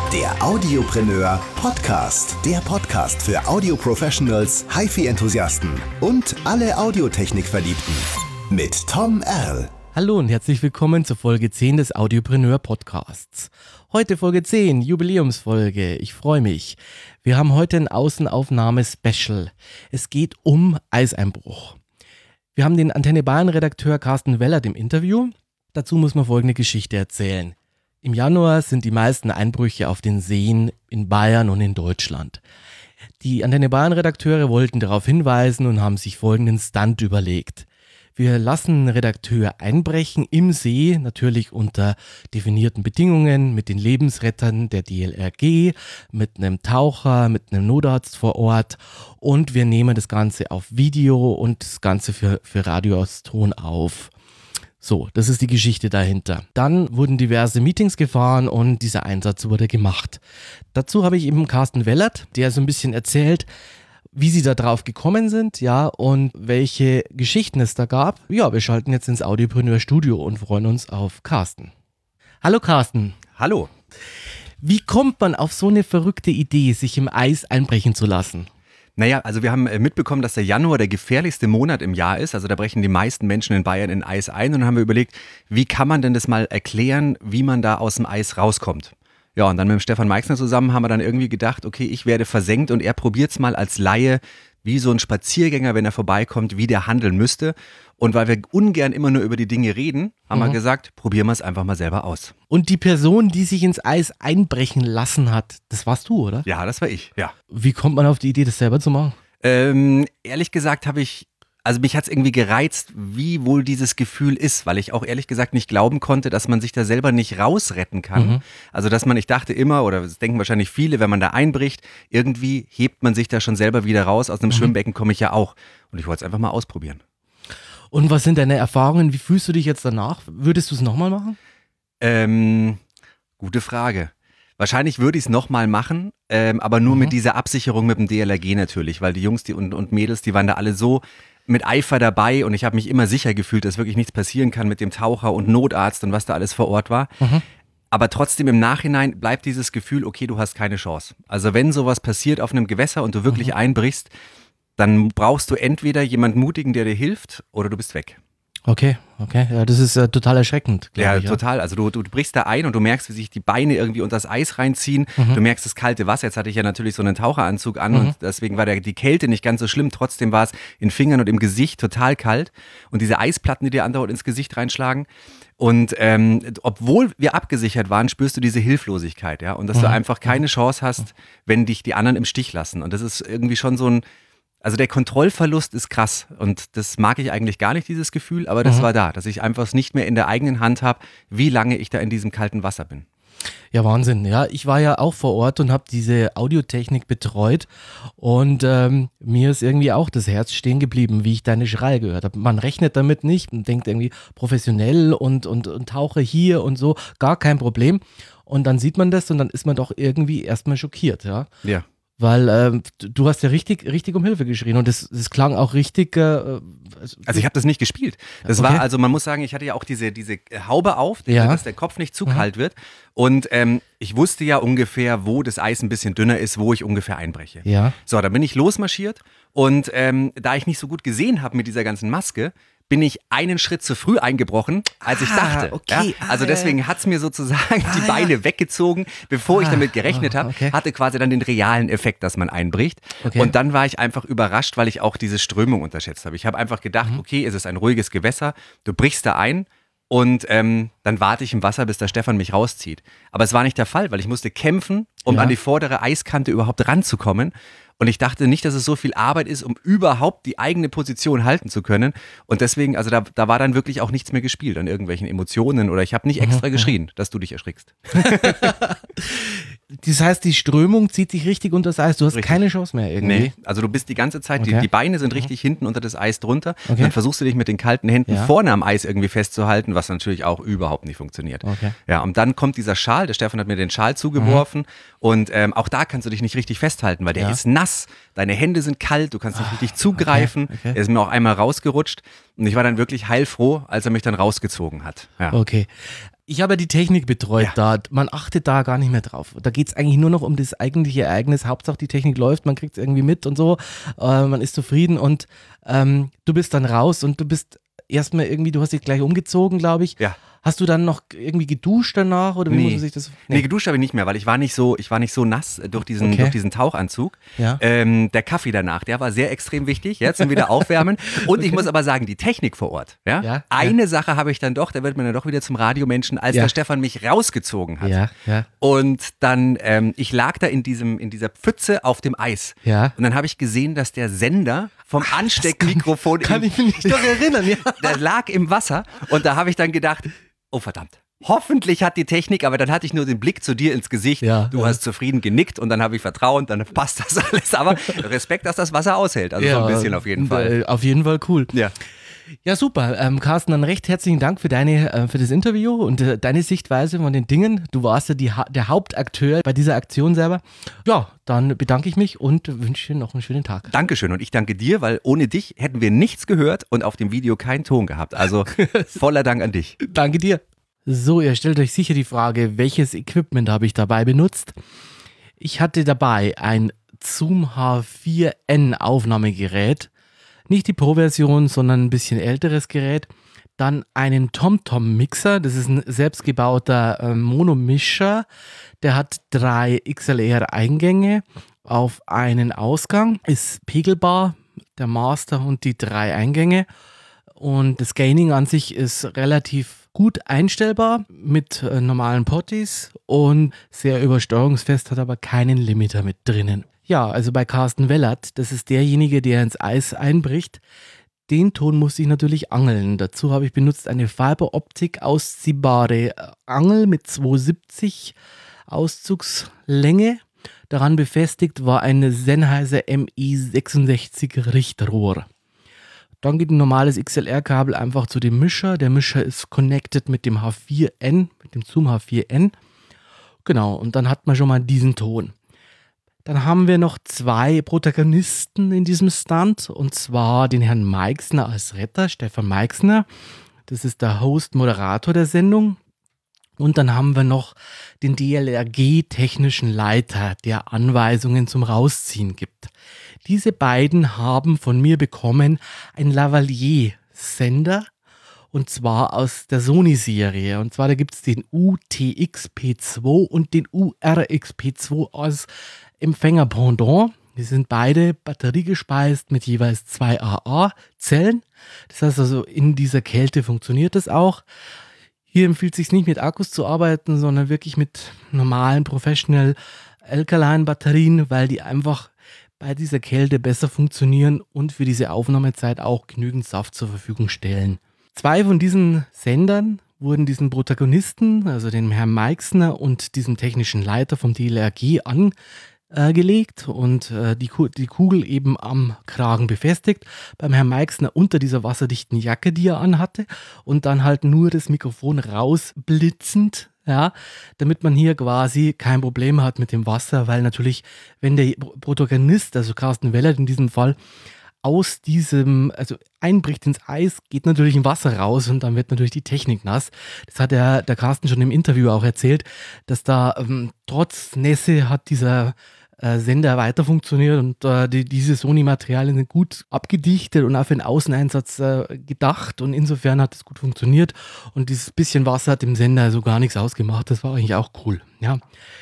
Der Audiopreneur Podcast. Der Podcast für Audio-Professionals, HiFi-Enthusiasten und alle Audiotechnik-Verliebten. Mit Tom Erl. Hallo und herzlich willkommen zur Folge 10 des Audiopreneur Podcasts. Heute Folge 10, Jubiläumsfolge. Ich freue mich. Wir haben heute ein Außenaufnahme-Special. Es geht um Eiseinbruch. Wir haben den Antenne Bayern-Redakteur Carsten Wellert im Interview. Dazu muss man folgende Geschichte erzählen. Im Januar sind die meisten Einbrüche auf den Seen in Bayern und in Deutschland. Die Antenne Bayern-Redakteure wollten darauf hinweisen und haben sich folgenden Stunt überlegt. Wir lassen einen Redakteur einbrechen im See, natürlich unter definierten Bedingungen, mit den Lebensrettern der DLRG, mit einem Taucher, mit einem Notarzt vor Ort, und wir nehmen das Ganze auf Video und das Ganze für Radio aus Ton auf. So, das ist die Geschichte dahinter. Dann wurden diverse Meetings gefahren und dieser Einsatz wurde gemacht. Dazu habe ich eben Carsten Wellert, der so ein bisschen erzählt, wie sie da drauf gekommen sind, ja, und welche Geschichten es da gab. Ja, wir schalten jetzt ins Audiopreneur Studio und freuen uns auf Carsten. Hallo Carsten. Hallo. Wie kommt man auf so eine verrückte Idee, sich im Eis einbrechen zu lassen? Naja, also wir haben mitbekommen, dass der Januar der gefährlichste Monat im Jahr ist. Also da brechen die meisten Menschen in Bayern in Eis ein. Und dann haben wir überlegt, wie kann man denn das mal erklären, wie man da aus dem Eis rauskommt? Ja, und dann mit dem Stefan Meixner zusammen haben wir dann irgendwie gedacht, okay, ich werde versenkt und er probiert es mal als Laie, wie so ein Spaziergänger, wenn er vorbeikommt, wie der handeln müsste. Und weil wir ungern immer nur über die Dinge reden, haben wir gesagt, probieren wir es einfach mal selber aus. Und die Person, die sich ins Eis einbrechen lassen hat, das warst du, oder? Ja, das war ich, ja. Wie kommt man auf die Idee, das selber zu machen? Ehrlich gesagt mich hat es irgendwie gereizt, wie wohl dieses Gefühl ist, weil ich auch ehrlich gesagt nicht glauben konnte, dass man sich da selber nicht rausretten kann. Also ich dachte immer, oder das denken wahrscheinlich viele, wenn man da einbricht, irgendwie hebt man sich da schon selber wieder raus. Aus einem Schwimmbecken komme ich ja auch. Und ich wollte es einfach mal ausprobieren. Und was sind deine Erfahrungen? Wie fühlst du dich jetzt danach? Würdest du es nochmal machen? Gute Frage. Wahrscheinlich würde ich es nochmal machen, aber nur mit dieser Absicherung mit dem DLRG natürlich, weil die Jungs und Mädels, die waren da alle so mit Eifer dabei und ich habe mich immer sicher gefühlt, dass wirklich nichts passieren kann mit dem Taucher und Notarzt und was da alles vor Ort war. Aber trotzdem im Nachhinein bleibt dieses Gefühl, okay, du hast keine Chance. Also wenn sowas passiert auf einem Gewässer und du wirklich einbrichst, dann brauchst du entweder jemanden Mutigen, der dir hilft, oder du bist weg. Okay. Ja, das ist total erschreckend, glaube ich. Ja, total. Also du brichst da ein und du merkst, wie sich die Beine irgendwie unter das Eis reinziehen. Du merkst das kalte Wasser. Jetzt hatte ich ja natürlich so einen Taucheranzug an und deswegen war die Kälte nicht ganz so schlimm. Trotzdem war es in Fingern und im Gesicht total kalt. Und diese Eisplatten, die dir andauernd ins Gesicht reinschlagen. Und obwohl wir abgesichert waren, spürst du diese Hilflosigkeit, ja. Und dass du einfach keine Chance hast, wenn dich die anderen im Stich lassen. Und das ist irgendwie schon so ein... Also der Kontrollverlust ist krass und das mag ich eigentlich gar nicht, dieses Gefühl, aber das war da, dass ich einfach es nicht mehr in der eigenen Hand habe, wie lange ich da in diesem kalten Wasser bin. Ja, Wahnsinn. Ja, ich war ja auch vor Ort und habe diese Audiotechnik betreut und mir ist irgendwie auch das Herz stehen geblieben, wie ich deine Schreie gehört habe. Man rechnet damit nicht und denkt irgendwie professionell und Tauche hier und so, gar kein Problem. Und dann sieht man das und dann ist man doch irgendwie erstmal schockiert, ja. Ja. Weil du hast ja richtig um Hilfe geschrien und das klang auch richtig... Also ich habe das nicht gespielt. Das war, also man muss sagen, ich hatte ja auch diese Haube auf, dass der Kopf nicht zu kalt wird. Und ich wusste ja ungefähr, wo das Eis ein bisschen dünner ist, wo ich ungefähr einbreche. Ja. So, dann bin ich losmarschiert und da ich nicht so gut gesehen habe mit dieser ganzen Maske, bin ich einen Schritt zu früh eingebrochen, als ich dachte. Okay. Ja? Also deswegen hat es mir sozusagen die Beine weggezogen, bevor ich damit gerechnet habe. Okay. Hatte quasi dann den realen Effekt, dass man einbricht. Okay. Und dann war ich einfach überrascht, weil ich auch diese Strömung unterschätzt habe. Ich habe einfach gedacht, okay, es ist ein ruhiges Gewässer, du brichst da ein und dann warte ich im Wasser, bis der Stefan mich rauszieht. Aber es war nicht der Fall, weil ich musste kämpfen, um an die vordere Eiskante überhaupt ranzukommen. Und ich dachte nicht, dass es so viel Arbeit ist, um überhaupt die eigene Position halten zu können. Und deswegen, also da war dann wirklich auch nichts mehr gespielt an irgendwelchen Emotionen oder ich habe nicht extra geschrien, dass du dich erschrickst. Das heißt, die Strömung zieht dich richtig unter das Eis. Du hast Richtig. keine Chance mehr irgendwie. Nee, also du bist die ganze Zeit, Okay. die Beine sind richtig hinten unter das Eis drunter. Okay. Dann versuchst du dich mit den kalten Händen vorne am Eis irgendwie festzuhalten, was natürlich auch überhaupt nicht funktioniert. Okay. Ja, und dann kommt dieser Schal, der Stefan hat mir den Schal zugeworfen und auch da kannst du dich nicht richtig festhalten, weil der ist nass, deine Hände sind kalt, du kannst nicht richtig zugreifen. Okay. Er ist mir auch einmal rausgerutscht und ich war dann wirklich heilfroh, als er mich dann rausgezogen hat. Ja. Okay. Ich habe ja die Technik betreut Ja. da. Man achtet da gar nicht mehr drauf. Da geht es eigentlich nur noch um das eigentliche Ereignis. Hauptsache die Technik läuft, man kriegt es irgendwie mit und so. Man ist zufrieden und du bist dann raus und du bist erstmal irgendwie, du hast dich gleich umgezogen, glaube ich. Ja. Hast du dann noch irgendwie geduscht danach oder wie muss man sich das? Nee, geduscht habe ich nicht mehr, weil ich war nicht so nass durch diesen Tauchanzug. Ja. Der Kaffee danach, der war sehr extrem wichtig, ja, zum wieder aufwärmen. Und ich muss aber sagen, die Technik vor Ort, ja. Eine Sache habe ich dann doch, da wird man dann doch wieder zum Radiomenschen, als der Stefan mich rausgezogen hat. Ja. Und dann, ich lag da in dieser Pfütze auf dem Eis. Ja. Und dann habe ich gesehen, dass der Sender vom Ansteckmikrofon, Kann ich mich nicht doch erinnern, ja. der lag im Wasser. Und da habe ich dann gedacht, oh verdammt. Hoffentlich hat die Technik, aber dann hatte ich nur den Blick zu dir ins Gesicht. Ja, du hast zufrieden genickt und dann habe ich Vertrauen, dann passt das alles. Aber Respekt, dass das Wasser aushält. Also so ein bisschen auf jeden Fall. Auf jeden Fall cool. Ja. Ja, super. Carsten, dann recht herzlichen Dank für für das Interview und deine Sichtweise von den Dingen. Du warst ja der Hauptakteur bei dieser Aktion selber. Ja, dann bedanke ich mich und wünsche dir noch einen schönen Tag. Dankeschön und ich danke dir, weil ohne dich hätten wir nichts gehört und auf dem Video keinen Ton gehabt. Also voller Dank an dich. Danke dir. So, ihr stellt euch sicher die Frage, welches Equipment habe ich dabei benutzt? Ich hatte dabei ein Zoom H4n Aufnahmegerät. Nicht die Pro-Version, sondern ein bisschen älteres Gerät. Dann einen TomTom-Mixer, das ist ein selbstgebauter Monomischer. Der hat 3 XLR-Eingänge auf einen Ausgang, ist pegelbar, der Master und die 3 Eingänge. Und das Gaining an sich ist relativ gut einstellbar mit normalen Potties und sehr übersteuerungsfest, hat aber keinen Limiter mit drinnen. Ja, also bei Carsten Wellert, das ist derjenige, der ins Eis einbricht. Den Ton musste ich natürlich angeln. Dazu habe ich benutzt eine Fiberoptik ausziehbare Angel mit 270 Auszugslänge. Daran befestigt war ein Sennheiser MI66 Richtrohr. Dann geht ein normales XLR-Kabel einfach zu dem Mischer. Der Mischer ist connected mit dem H4n, mit dem Zoom H4n. Genau, und dann hat man schon mal diesen Ton. Dann haben wir noch 2 Protagonisten in diesem Stunt, und zwar den Herrn Meixner als Retter, Stefan Meixner. Das ist der Host-Moderator der Sendung. Und dann haben wir noch den DLRG-technischen Leiter, der Anweisungen zum Rausziehen gibt. Diese beiden haben von mir bekommen ein Lavalier-Sender, und zwar aus der Sony-Serie. Und zwar da gibt es den UTX-P2 und den URX-P2 als Empfänger-Pendant. Die sind beide batteriegespeist mit jeweils 2 AA-Zellen. Das heißt also, in dieser Kälte funktioniert das auch. Hier empfiehlt es sich nicht mit Akkus zu arbeiten, sondern wirklich mit normalen Professional Alkaline-Batterien, weil die einfach bei dieser Kälte besser funktionieren und für diese Aufnahmezeit auch genügend Saft zur Verfügung stellen. 2 von diesen Sendern wurden diesen Protagonisten, also dem Herrn Meixner und diesem technischen Leiter vom DLRG angelegt und die Kugel eben am Kragen befestigt. Beim Herrn Meixner unter dieser wasserdichten Jacke, die er anhatte, und dann halt nur das Mikrofon rausblitzend, ja, damit man hier quasi kein Problem hat mit dem Wasser, weil natürlich, wenn der Protagonist, also Carsten Wellert in diesem Fall, aus diesem, also einbricht ins Eis, geht natürlich ein Wasser raus und dann wird natürlich die Technik nass. Das hat der Carsten schon im Interview auch erzählt, dass da trotz Nässe hat dieser Sender weiter funktioniert und diese Sony-Materialien sind gut abgedichtet und auch für den Außeneinsatz gedacht, und insofern hat es gut funktioniert und dieses bisschen Wasser hat dem Sender also gar nichts ausgemacht. Das war eigentlich auch cool, ja.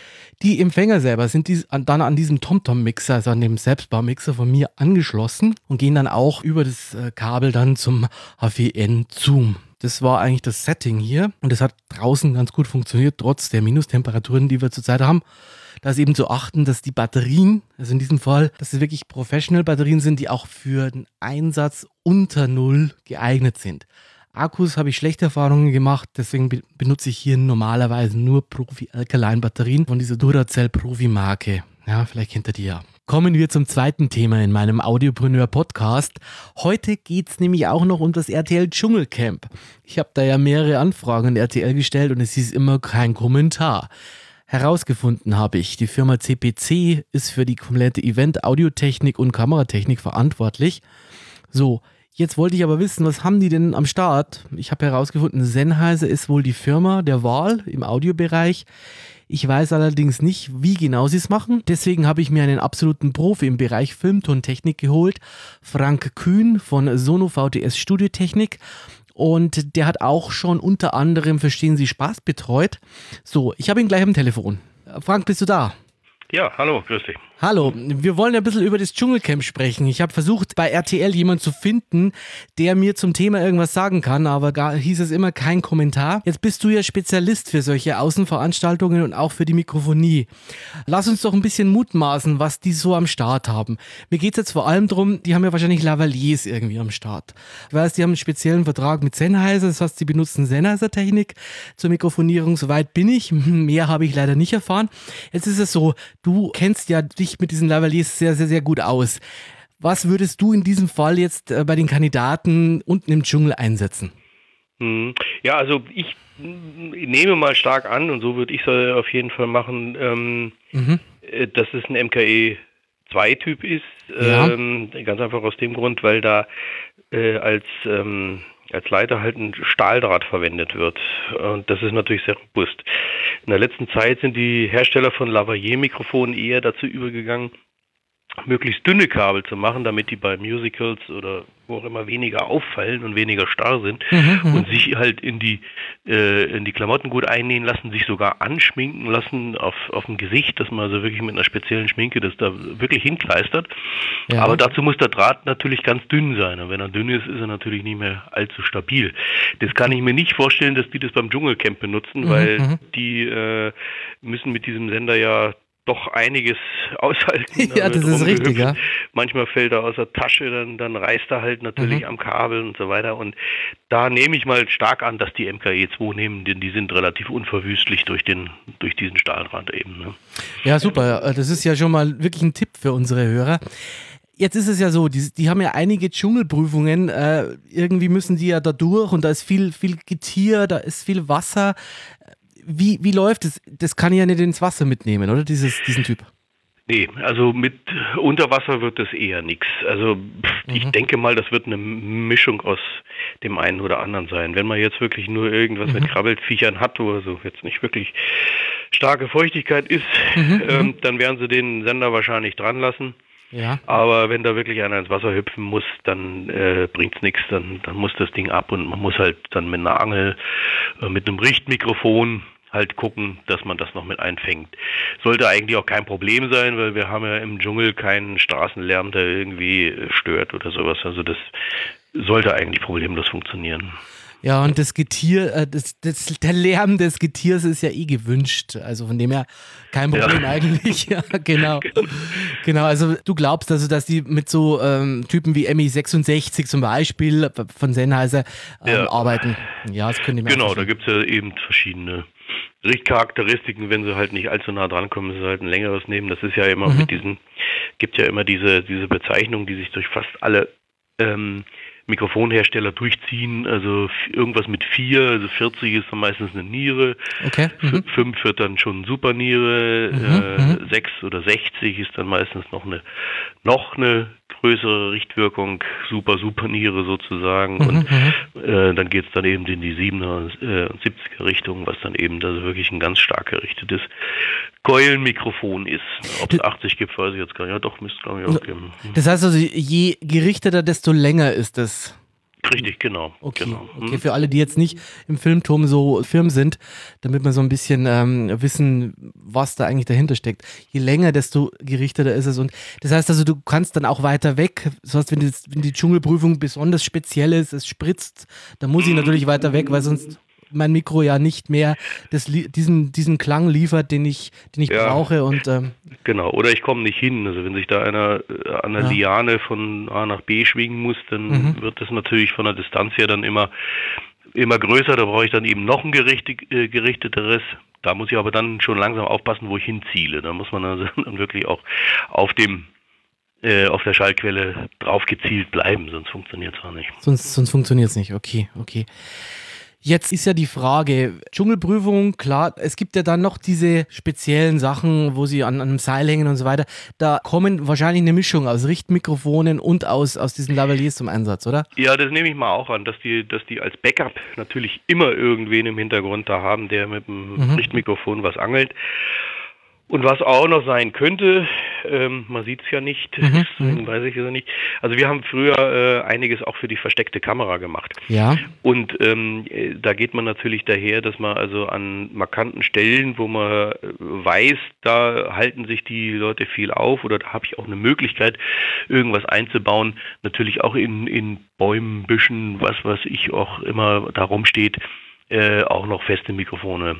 Die Empfänger selber sind dann an diesem TomTom-Mixer, also an dem Selbstbaumixer von mir angeschlossen und gehen dann auch über das Kabel dann zum H4n Zoom. Das war eigentlich das Setting hier und das hat draußen ganz gut funktioniert, trotz der Minustemperaturen, die wir zurzeit haben. Da ist eben zu achten, dass die Batterien, also in diesem Fall, dass es wirklich Professional-Batterien sind, die auch für den Einsatz unter Null geeignet sind. Akkus habe ich schlechte Erfahrungen gemacht, deswegen benutze ich hier normalerweise nur Profi-Alkaline-Batterien von dieser Duracell-Profi-Marke. Ja, vielleicht kennt ihr die ja. Kommen wir zum zweiten Thema in meinem Audiopreneur-Podcast. Heute geht es nämlich auch noch um das RTL Dschungelcamp. Ich habe da ja mehrere Anfragen an RTL gestellt und es hieß immer kein Kommentar. Herausgefunden habe ich, die Firma CPC ist für die komplette Event, Audiotechnik und Kameratechnik verantwortlich. So, Jetzt wollte ich aber wissen, was haben die denn am Start? Ich habe herausgefunden, Sennheiser ist wohl die Firma der Wahl im Audiobereich. Ich weiß allerdings nicht, wie genau sie es machen. Deswegen habe ich mir einen absoluten Profi im Bereich Filmtontechnik geholt, Frank Kühn von Sono VTS Studiotechnik. Und der hat auch schon unter anderem Verstehen Sie Spaß betreut. So, ich habe ihn gleich am Telefon. Frank, bist du da? Ja, hallo, grüß dich. Hallo, wir wollen ein bisschen über das Dschungelcamp sprechen. Ich habe versucht, bei RTL jemanden zu finden, der mir zum Thema irgendwas sagen kann, aber da hieß es immer kein Kommentar. Jetzt bist du ja Spezialist für solche Außenveranstaltungen und auch für die Mikrofonie. Lass uns doch ein bisschen mutmaßen, was die so am Start haben. Mir geht es jetzt vor allem darum, die haben ja wahrscheinlich Lavaliers irgendwie am Start. Ich weiß, die haben einen speziellen Vertrag mit Sennheiser, das heißt, sie benutzen Sennheiser-Technik zur Mikrofonierung. Soweit bin ich, mehr habe ich leider nicht erfahren. Jetzt ist es so, du kennst ja dich mit diesen Lavaliers sehr, sehr, sehr gut aus. Was würdest du in diesem Fall jetzt bei den Kandidaten unten im Dschungel einsetzen? Ja, also ich nehme mal stark an, und so würde ich es auf jeden Fall machen, dass es ein MKE-2-Typ ist. Ja. Ganz einfach aus dem Grund, weil da als Leiter halt ein Stahldraht verwendet wird. Und das ist natürlich sehr robust. In der letzten Zeit sind die Hersteller von Lavalier-Mikrofonen eher dazu übergegangen, möglichst dünne Kabel zu machen, damit die bei Musicals oder wo auch immer weniger auffallen und weniger starr sind und sich halt in die Klamotten gut einnähen lassen, sich sogar anschminken lassen auf dem Gesicht, dass man also wirklich mit einer speziellen Schminke das da wirklich hinkleistert. Ja. Aber dazu muss der Draht natürlich ganz dünn sein. Und wenn er dünn ist, ist er natürlich nicht mehr allzu stabil. Das kann ich mir nicht vorstellen, dass die das beim Dschungelcamp benutzen, weil die müssen mit diesem Sender ja doch einiges aushalten. Ja, das ist richtig, ja. Manchmal fällt er aus der Tasche, dann reißt er halt natürlich am Kabel und so weiter. Und da nehme ich mal stark an, dass die MKE2 nehmen, denn die sind relativ unverwüstlich durch diesen Stahldraht eben. Ne? Ja, super. Das ist ja schon mal wirklich ein Tipp für unsere Hörer. Jetzt ist es ja so, die haben ja einige Dschungelprüfungen, irgendwie müssen die ja da durch und da ist viel Getier, da ist viel Wasser. Wie läuft es? Das kann ich ja nicht ins Wasser mitnehmen, oder? Diesen Typ. Nee, also mit Unterwasser wird das eher nichts. Also ich denke mal, das wird eine Mischung aus dem einen oder anderen sein. Wenn man jetzt wirklich nur irgendwas mit Krabbelfiechern hat oder so, jetzt nicht wirklich starke Feuchtigkeit ist, dann werden sie den Sender wahrscheinlich dran lassen. Ja. Aber wenn da wirklich einer ins Wasser hüpfen muss, dann bringt's nichts, dann muss das Ding ab und man muss halt dann mit einer Angel, mit einem Richtmikrofon halt gucken, dass man das noch mit einfängt. Sollte eigentlich auch kein Problem sein, weil wir haben ja im Dschungel keinen Straßenlärm, der irgendwie stört oder sowas. Also das sollte eigentlich problemlos funktionieren. Ja, und das Getier, der Lärm des Getiers ist ja gewünscht. Also von dem her kein Problem eigentlich. Ja, genau. Genau, also du glaubst also, dass die mit so Typen wie MI66 zum Beispiel von Sennheiser arbeiten. Ja, das können die Genau, da gibt es ja eben verschiedene Richtcharakteristiken, wenn sie halt nicht allzu nah dran kommen, müssen sie halt ein längeres nehmen. Das ist ja immer gibt ja immer diese Bezeichnung, die sich durch fast alle Mikrofonhersteller durchziehen, also irgendwas mit 4, also 40 ist dann meistens eine Niere, 5 wird dann schon Superniere, 6 oder 60 ist dann meistens noch eine größere Richtwirkung, Superniere sozusagen und dann geht es dann eben in die 7er und 70er Richtung, was dann eben also wirklich ein ganz stark gerichtetes Keulenmikrofon ist. Ob es 80 gibt, weiß ich jetzt gar nicht. Ja doch, müsste es glaube ich auch geben. Das heißt also, je gerichteter, desto länger ist das. Richtig, genau. Okay, für alle, die jetzt nicht im Filmturm so firm sind, damit wir so ein bisschen wissen, was da eigentlich dahinter steckt. Je länger, desto gerichteter ist es. Und das heißt also, du kannst dann auch weiter weg. Das heißt, wenn die Dschungelprüfung besonders speziell ist, es spritzt, dann muss ich natürlich weiter weg, weil sonst mein Mikro ja nicht mehr diesen Klang liefert, den ich brauche. Und, genau, oder ich komme nicht hin. Also wenn sich da einer an der Liane von A nach B schwingen muss, dann wird das natürlich von der Distanz her dann immer größer. Da brauche ich dann eben noch ein gerichteteres. Da muss ich aber dann schon langsam aufpassen, wo ich hinziele. Da muss man also dann wirklich auch auf der Schallquelle drauf gezielt bleiben, sonst funktioniert es auch nicht. Sonst funktioniert es nicht, okay. Jetzt ist ja die Frage, Dschungelprüfung, klar, es gibt ja dann noch diese speziellen Sachen, wo sie an einem Seil hängen und so weiter. Da kommen wahrscheinlich eine Mischung aus Richtmikrofonen und aus diesen Lavaliers zum Einsatz, oder? Ja, das nehme ich mal auch an, dass die als Backup natürlich immer irgendwen im Hintergrund da haben, der mit dem Richtmikrofon was angelt. Und was auch noch sein könnte, man sieht es ja nicht, deswegen weiß ich es nicht. Also wir haben früher einiges auch für die versteckte Kamera gemacht. Ja. Und da geht man natürlich daher, dass man also an markanten Stellen, wo man weiß, da halten sich die Leute viel auf oder da habe ich auch eine Möglichkeit, irgendwas einzubauen, natürlich auch in Bäumen, Büschen, was weiß ich auch immer da rumsteht, auch noch feste Mikrofone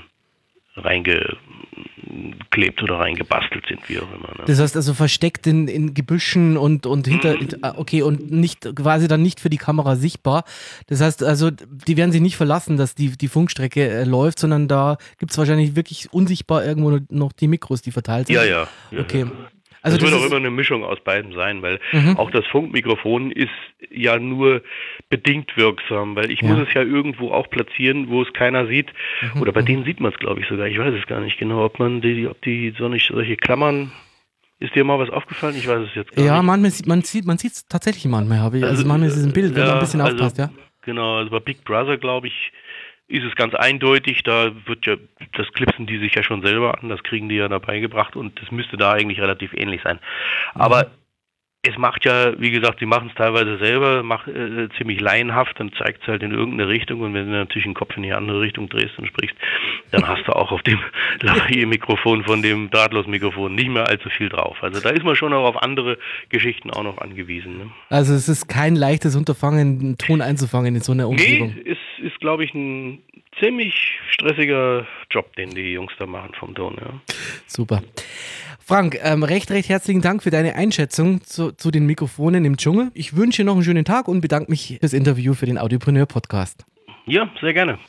reingeklebt oder reingebastelt sind, wie auch immer. Ne? Das heißt also versteckt in Gebüschen und hinter, okay, und nicht quasi dann nicht für die Kamera sichtbar. Das heißt also, die werden sich nicht verlassen, dass die Funkstrecke läuft, sondern da gibt es wahrscheinlich wirklich unsichtbar irgendwo noch die Mikros, die verteilt sind. Ja. Okay. Also das wird auch immer eine Mischung aus beiden sein, weil auch das Funkmikrofon ist ja nur bedingt wirksam, weil ich muss es ja irgendwo auch platzieren, wo es keiner sieht. Oder bei denen sieht man es, glaube ich, sogar. Ich weiß es gar nicht genau, ob die solche Klammern. Ist dir mal was aufgefallen? Ich weiß es jetzt gar nicht. Ja, manchmal man sieht es tatsächlich manchmal. Also manchmal ist es ein Bild, wenn man ein bisschen aufpasst, ja. Genau, also bei Big Brother, glaube ich, ist es ganz eindeutig, da das klipsen die sich ja schon selber an, das kriegen die ja dabei gebracht und das müsste da eigentlich relativ ähnlich sein. Aber es macht ja, wie gesagt, sie machen es teilweise selber, ziemlich laienhaft, dann zeigt es halt in irgendeine Richtung und wenn du natürlich den Kopf in die andere Richtung drehst und sprichst, dann hast du auch auf dem Lavalier-Mikrofon von dem Drahtlosmikrofon nicht mehr allzu viel drauf. Also da ist man schon auch auf andere Geschichten auch noch angewiesen. Ne? Also es ist kein leichtes Unterfangen, einen Ton einzufangen in so einer Umgebung. Nee, ist glaube ich, ein ziemlich stressiger Job, den die Jungs da machen vom Ton. Ja. Super. Frank, recht herzlichen Dank für deine Einschätzung zu den Mikrofonen im Dschungel. Ich wünsche dir noch einen schönen Tag und bedanke mich fürs Interview für den Audiopreneur-Podcast. Ja, sehr gerne.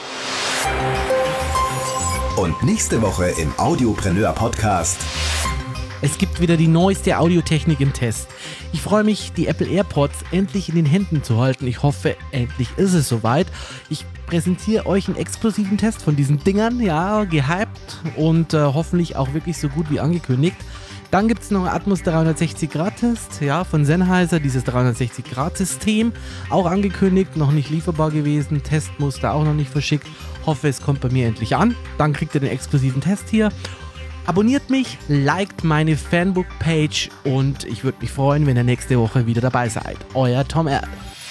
Und nächste Woche im Audiopreneur-Podcast. Es gibt wieder die neueste Audiotechnik im Test. Ich freue mich, die Apple AirPods endlich in den Händen zu halten. Ich hoffe, endlich ist es soweit. Ich präsentiere euch einen exklusiven Test von diesen Dingern, ja, gehypt und hoffentlich auch wirklich so gut wie angekündigt. Dann gibt es noch ein Atmos 360 Grad Test, ja, von Sennheiser, dieses 360 Grad System, auch angekündigt, noch nicht lieferbar gewesen, Testmuster auch noch nicht verschickt. Hoffe, es kommt bei mir endlich an. Dann kriegt ihr den exklusiven Test hier. Abonniert mich, liked meine Fanbook-Page und ich würde mich freuen, wenn ihr nächste Woche wieder dabei seid. Euer Tom Erl.